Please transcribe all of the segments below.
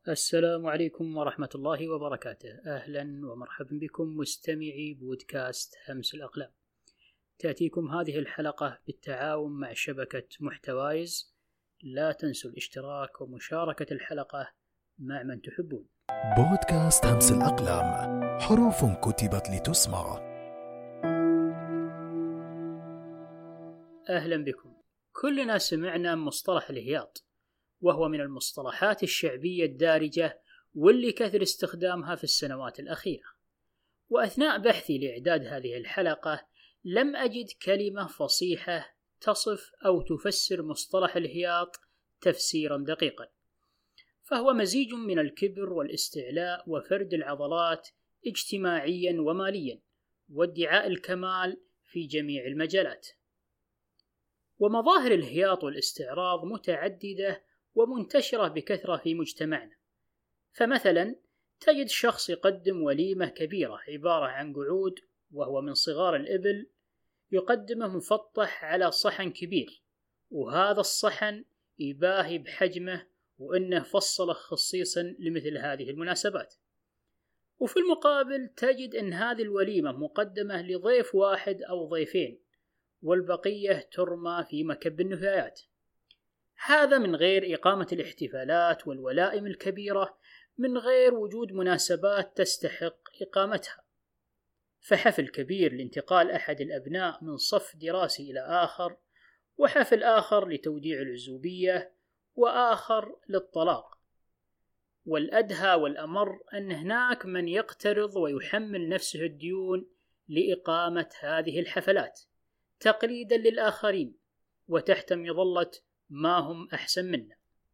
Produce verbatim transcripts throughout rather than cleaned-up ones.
السلام عليكم ورحمة الله وبركاته. أهلا ومرحبا بكم مستمعي بودكاست همس الأقلام. تأتيكم هذه الحلقة بالتعاون مع شبكة محتوايز. لا تنسوا الاشتراك ومشاركة الحلقة مع من تحبون. بودكاست همس الأقلام، حروف كتبت لتسمع. أهلا بكم. كلنا سمعنا مصطلح الهياط، وهو من المصطلحات الشعبية الدارجة واللي كثر استخدامها في السنوات الأخيرة. وأثناء بحثي لإعداد هذه الحلقة لم أجد كلمة فصيحة تصف أو تفسر مصطلح الهياط تفسيرا دقيقا، فهو مزيج من الكبر والاستعلاء وفرد العضلات اجتماعيا وماليا وادعاء الكمال في جميع المجالات. ومظاهر الهياط والاستعراض متعددة ومنتشرة بكثرة في مجتمعنا. فمثلا تجد شخص يقدم وليمة كبيرة عبارة عن قعود، وهو من صغار الإبل، يقدمه مفطح على صحن كبير، وهذا الصحن يباهي بحجمه وإنه فصله خصيصا لمثل هذه المناسبات. وفي المقابل تجد أن هذه الوليمة مقدمة لضيف واحد أو ضيفين، والبقية ترمى في مكب النفايات. هذا من غير إقامة الاحتفالات والولائم الكبيرة، من غير وجود مناسبات تستحق إقامتها. فحفل كبير لانتقال أحد الأبناء من صف دراسي إلى آخر، وحفل آخر لتوديع العزوبية، وآخر للطلاق. والأدهى والأمر أن هناك من يقترض ويحمل نفسه الديون لإقامة هذه الحفلات تقليدا للآخرين وتحت مظلة ما هم أحسن منا.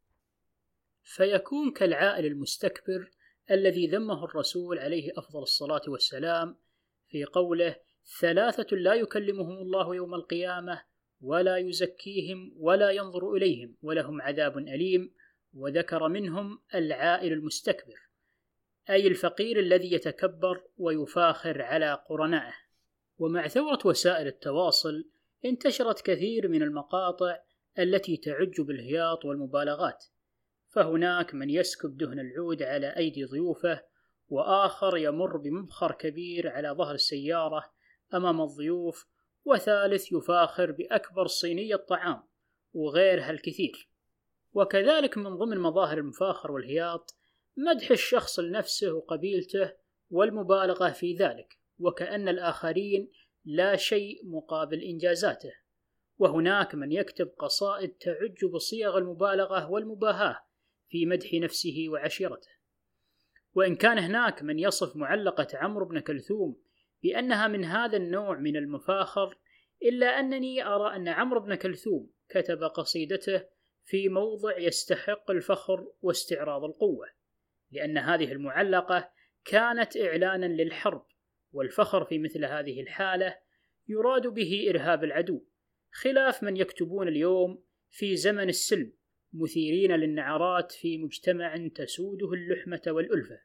فيكون كالعائل المستكبر الذي ذمه الرسول عليه أفضل الصلاة والسلام في قوله: ثلاثة لا يكلمهم الله يوم القيامة ولا يزكيهم ولا ينظر إليهم ولهم عذاب أليم. وذكر منهم العائل المستكبر، أي الفقير الذي يتكبر ويفاخر على قرنائه. ومع ثورة وسائل التواصل انتشرت كثير من المقاطع التي تعج بالهياط والمبالغات، فهناك من يسكب دهن العود على أيدي ضيوفه، وآخر يمر بمبخر كبير على ظهر السيارة أمام الضيوف، وثالث يفاخر بأكبر صينية طعام، وغيرها الكثير. وكذلك من ضمن مظاهر المفاخر والهياط مدح الشخص لنفسه وقبيلته والمبالغة في ذلك، وكأن الآخرين لا شيء مقابل إنجازاته. وهناك من يكتب قصائد تعج بصيغ المبالغة والمباهاة في مدح نفسه وعشيرته. وإن كان هناك من يصف معلقة عمرو بن كلثوم بأنها من هذا النوع من المفاخر، إلا أنني أرى أن عمرو بن كلثوم كتب قصيدته في موضع يستحق الفخر واستعراض القوة، لأن هذه المعلقة كانت إعلانا للحرب، والفخر في مثل هذه الحالة يراد به إرهاب العدو، خلاف من يكتبون اليوم في زمن السلم مثيرين للنعرات في مجتمع تسوده اللحمة والألفة.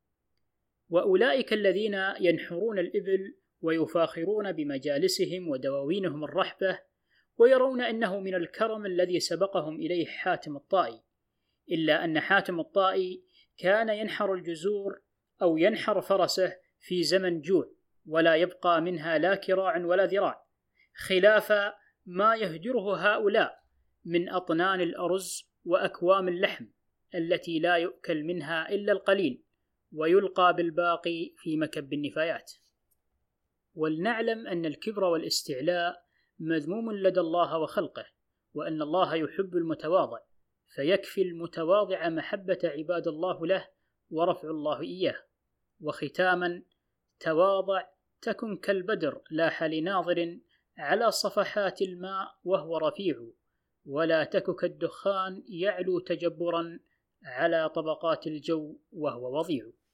وأولئك الذين ينحرون الإبل ويفاخرون بمجالسهم ودواوينهم الرحبة، ويرون أنه من الكرم الذي سبقهم إليه حاتم الطائي، إلا أن حاتم الطائي كان ينحر الجزور أو ينحر فرسه في زمن جوع، ولا يبقى منها لا كراع ولا ذراع، خلاف ما يهدره هؤلاء من أطنان الأرز وأكوام اللحم التي لا يؤكل منها إلا القليل، ويلقى بالباقي في مكب النفايات. ولنعلم أن الكبر والاستعلاء مذموم لدى الله وخلقه، وأن الله يحب المتواضع، فيكفي المتواضع محبة عباد الله له ورفع الله إياه. وختاما: تواضع تكن كالبدر لاح لناظر على صفحات الماء وهو رفيع، ولا تك كالدخان يعلو تجبرا على طبقات الجو وهو وضيع.